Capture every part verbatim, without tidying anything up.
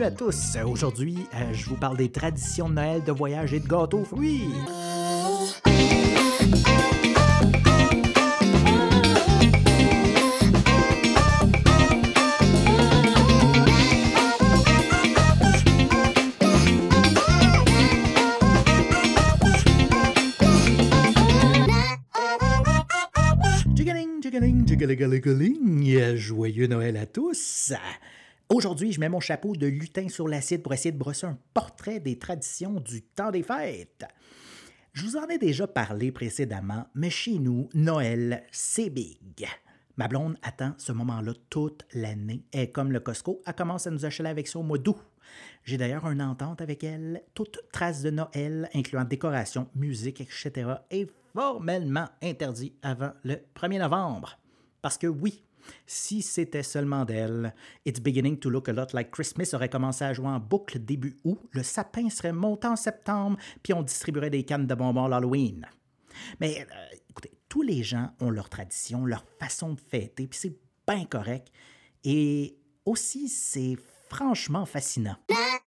à tous. Aujourd'hui, euh, je vous parle des traditions de Noël, de voyage et de gâteaux aux fruits. Jigaling, jigaling, jigaling, joyeux Noël à tous. Aujourd'hui, je mets mon chapeau de lutin sur l'acide pour essayer de brosser un portrait des traditions du temps des fêtes. Je vous en ai déjà parlé précédemment, mais chez nous, Noël, c'est big. Ma blonde attend ce moment-là toute l'année et comme le Costco, elle commence à nous acheter avec ça au mois d'août. J'ai d'ailleurs une entente avec elle. Toute trace de Noël, incluant décoration, musique, et cetera, est formellement interdit avant le premier novembre. Parce que oui, si c'était seulement d'elle, It's Beginning to Look a Lot Like Christmas aurait commencé à jouer en boucle début août, le sapin serait monté en septembre, puis on distribuerait des cannes de bonbons l'Halloween. Mais euh, écoutez, tous les gens ont leur tradition, leur façon de fêter, puis c'est bien correct. Et aussi, c'est franchement fascinant.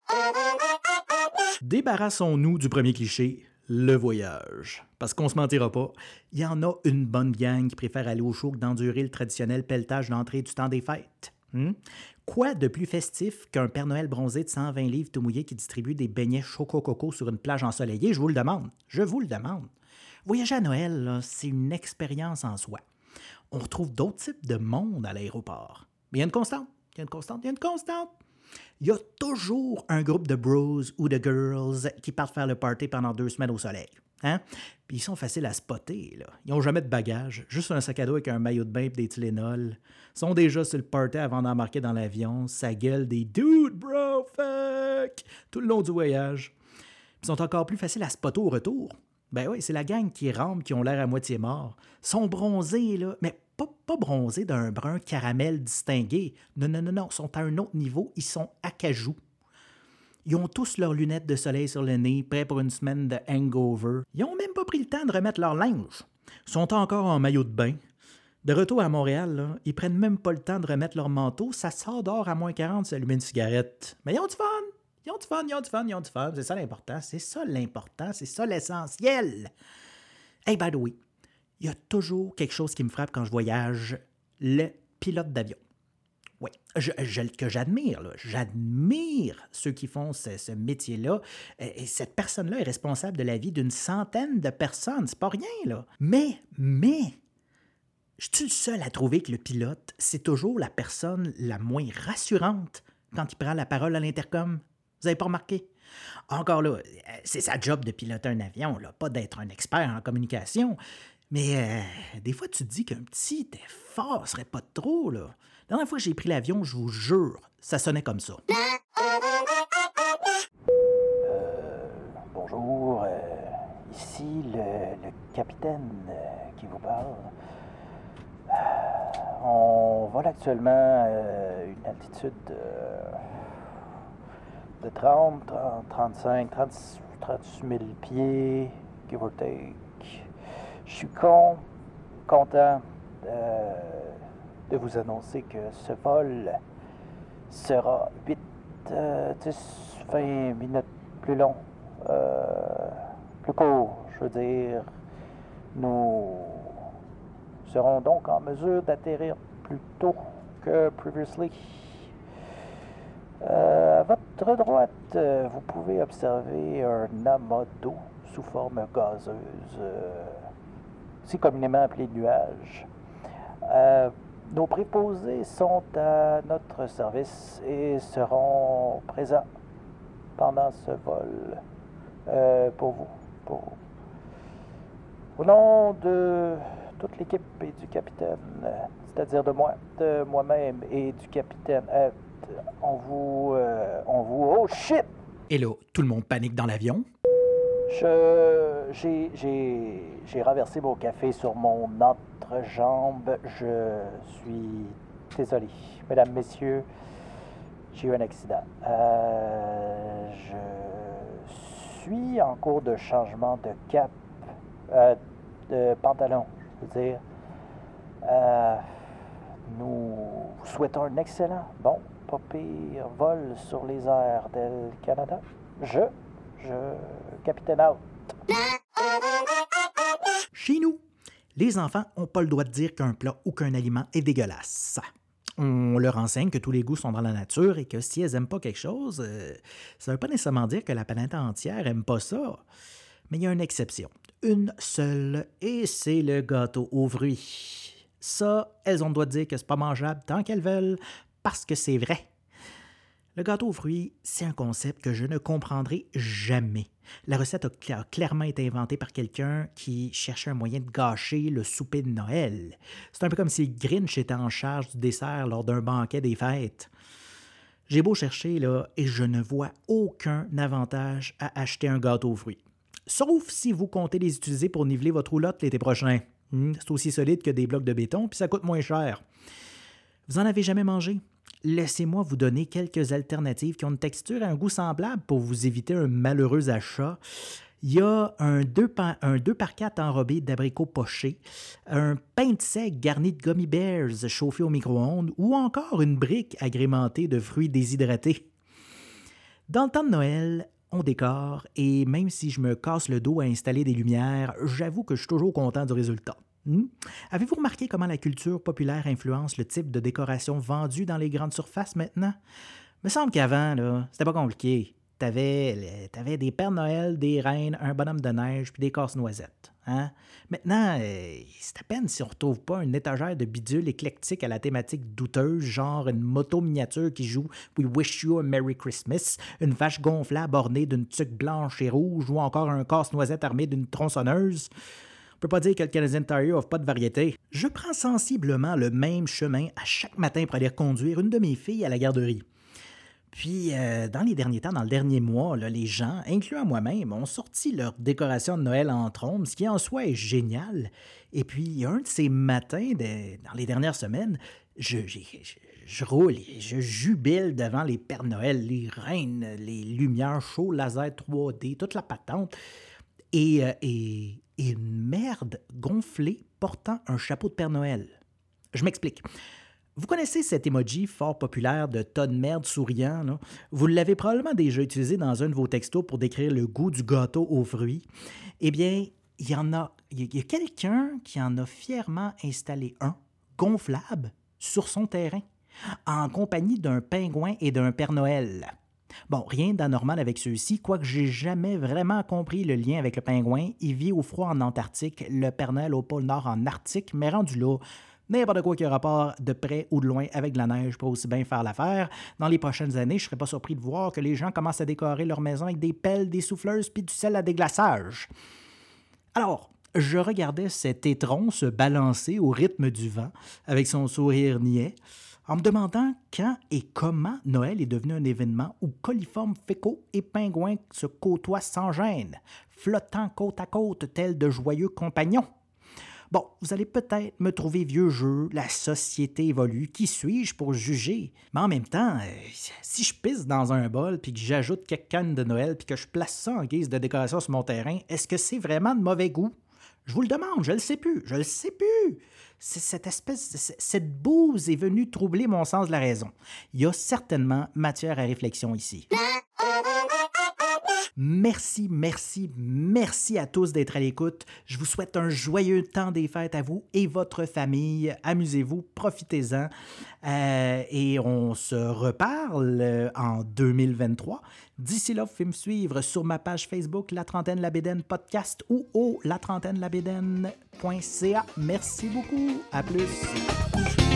Débarrassons-nous du premier cliché, le voyage. Parce qu'on se mentira pas, il y en a une bonne gang qui préfère aller au show que d'endurer le traditionnel pelletage d'entrée du temps des fêtes. Hmm? Quoi de plus festif qu'un Père Noël bronzé de cent vingt livres tout mouillé qui distribue des beignets choco-coco sur une plage ensoleillée? Je vous le demande. Je vous le demande. Voyager à Noël, là, c'est une expérience en soi. On retrouve d'autres types de monde à l'aéroport. Mais il y a une constante. Il y a une constante. Il y a une constante. Il y a toujours un groupe de bros ou de girls qui partent faire le party pendant deux semaines au soleil. Hein? Puis ils sont faciles à spotter, là. Ils n'ont jamais de bagages, juste un sac à dos avec un maillot de bain et des Tylenol. Ils sont déjà sur le party avant d'embarquer dans l'avion. Ça gueule des « Dude, bro, fuck » tout le long du voyage. Ils sont encore plus faciles à spotter au retour. Ben oui, c'est la gang qui rampe, qui ont l'air à moitié morts. Ils sont bronzés, là, mais pas, pas bronzés d'un brun caramel distingué. Non, non, non, non, ils sont à un autre niveau, ils sont acajou. Ils ont tous leurs lunettes de soleil sur le nez, prêts pour une semaine de hangover. Ils n'ont même pas pris le temps de remettre leur linge. Ils sont encore en maillot de bain. De retour à Montréal, là, ils prennent même pas le temps de remettre leur manteau. Ça sort dehors à moins quarante, s'allumer une cigarette. Mais ils ont du fun! Ils ont du fun, ils ont du fun, ils ont du fun. C'est ça l'important, c'est ça l'important, c'est ça l'essentiel. Hey, by the way, il y a toujours quelque chose qui me frappe quand je voyage, le pilote d'avion. Oui, je, je, que j'admire, là. J'admire ceux qui font ce, ce métier-là. Et cette personne-là est responsable de la vie d'une centaine de personnes. C'est pas rien, là. Mais, mais, je suis le seul à trouver que le pilote, c'est toujours la personne la moins rassurante quand il prend la parole à l'intercom. Vous n'avez pas remarqué? Encore là, c'est sa job de piloter un avion, là, pas d'être un expert en communication. Mais euh, des fois, tu te dis qu'un petit effort serait pas de trop, là. La dernière fois que j'ai pris l'avion, je vous jure, ça sonnait comme ça. Euh, bonjour, euh, ici le, le capitaine euh, qui vous parle. Euh, on vole actuellement euh, une altitude euh, de trente, trente, trente-cinq, trente, trente-huit mille pieds, give or take. Je suis con, content euh, de vous annoncer que ce vol sera huit, dix, vingt minutes plus long, euh, plus court, je veux dire. Nous serons donc en mesure d'atterrir plus tôt que previously. Euh, à votre droite, euh, vous pouvez observer un amas d'eau sous forme gazeuse, euh, aussi communément appelé nuage. Euh, nos préposés sont à notre service et seront présents pendant ce vol euh, pour vous. Pour vous. Au nom de toute l'équipe et du capitaine, c'est-à-dire de moi, de moi-même et du capitaine, euh, on vous, euh, on vous, oh shit! Et là, tout le monde panique dans l'avion. Je, j'ai, j'ai, j'ai renversé mon café sur mon entrejambe. Je suis désolé. Mesdames, messieurs, j'ai eu un accident. Euh, je suis en cours de changement de cap, euh, de pantalon, je veux dire. Euh, nous vous souhaitons un excellent, bon, pas pire vol sur les airs d'El Canada. Je, je, Capitaine Out. Chez nous, les enfants n'ont pas le droit de dire qu'un plat ou qu'un aliment est dégueulasse. On leur enseigne que tous les goûts sont dans la nature et que si elles n'aiment pas quelque chose, euh, ça ne veut pas nécessairement dire que la planète entière n'aime pas ça. Mais il y a une exception. Une seule, et c'est le gâteau aux fruits. Ça, elles ont le droit de dire que c'est pas mangeable tant qu'elles veulent, parce que c'est vrai. Le gâteau aux fruits, c'est un concept que je ne comprendrai jamais. La recette a, cl- a clairement été inventée par quelqu'un qui cherchait un moyen de gâcher le souper de Noël. C'est un peu comme si le Grinch était en charge du dessert lors d'un banquet des fêtes. J'ai beau chercher, là, et je ne vois aucun avantage à acheter un gâteau aux fruits. Sauf si vous comptez les utiliser pour niveler votre roulotte l'été prochain. Hum, c'est aussi solide que des blocs de béton, puis ça coûte moins cher. Vous en avez jamais mangé? Laissez-moi vous donner quelques alternatives qui ont une texture et un goût semblable pour vous éviter un malheureux achat. Il y a un deux par, un deux par quatre enrobé d'abricots pochés, un pain de seigle garni de gummy bears chauffé au micro-ondes ou encore une brique agrémentée de fruits déshydratés. Dans le temps de Noël, on décore et même si je me casse le dos à installer des lumières, j'avoue que je suis toujours content du résultat. Hmm? Avez-vous remarqué comment la culture populaire influence le type de décoration vendue dans les grandes surfaces maintenant? Me semble qu'avant, là, c'était pas compliqué. T'avais, t'avais des Pères Noël, des reines, un bonhomme de neige puis des casse-noisettes. Hein? Maintenant, euh, c'est à peine si on retrouve pas une étagère de bidules éclectiques à la thématique douteuse, genre une moto miniature qui joue « We wish you a Merry Christmas », une vache gonflable ornée d'une tuque blanche et rouge ou encore un casse-noisette armé d'une tronçonneuse. On peut pas dire que le Canadian Tire offre pas de variété. Je prends sensiblement le même chemin à chaque matin pour aller conduire une de mes filles à la garderie. Puis, euh, dans les derniers temps, dans le dernier mois, là, les gens, incluant moi-même, ont sorti leur décoration de Noël en trombe, ce qui en soi est génial. Et puis, un de ces matins, de, dans les dernières semaines, je, je, je, je roule et je jubile devant les Pères Noël, les reines, les lumières, show laser trois D, toute la patente. Et, euh, et, et une merde gonflée portant un chapeau de Père Noël. Je m'explique. Vous connaissez cet emoji fort populaire de tas de merde souriant, là? Vous l'avez probablement déjà utilisé dans un de vos textos pour décrire le goût du gâteau aux fruits. Eh bien, il y en a, il y a quelqu'un qui en a fièrement installé un, gonflable, sur son terrain, en compagnie d'un pingouin et d'un Père Noël. Bon, rien d'anormal avec ceux-ci, quoique j'ai jamais vraiment compris le lien avec le pingouin. Il vit au froid en Antarctique, le Père Noël au pôle Nord en Arctique, mais rendu là, n'importe quoi qui a rapport de près ou de loin avec de la neige peut aussi bien faire l'affaire. Dans les prochaines années, je ne serais pas surpris de voir que les gens commencent à décorer leur maison avec des pelles, des souffleuses puis du sel à déglaçage. Alors, je regardais cet étron se balancer au rythme du vent avec son sourire niais, en me demandant quand et comment Noël est devenu un événement où coliformes fécaux et pingouins se côtoient sans gêne, flottant côte à côte tels de joyeux compagnons. Bon, vous allez peut-être me trouver vieux jeu, la société évolue, qui suis-je pour juger? Mais en même temps, euh, si je pisse dans un bol puis que j'ajoute quelques cannes de Noël puis que je place ça en guise de décoration sur mon terrain, est-ce que c'est vraiment de mauvais goût? Je vous le demande, je le sais plus, je le sais plus. C'est cette espèce, cette bouse est venue troubler mon sens de la raison. Il y a certainement matière à réflexion ici. Merci, merci, merci à tous d'être à l'écoute. Je vous souhaite un joyeux temps des fêtes à vous et votre famille. Amusez-vous, profitez-en. Euh, et on se reparle en deux mille vingt-trois. D'ici là, vous pouvez me suivre sur ma page Facebook La Trentaine La Bédaine Podcast ou au la trentaine la bédaine point c a. Merci beaucoup. À plus.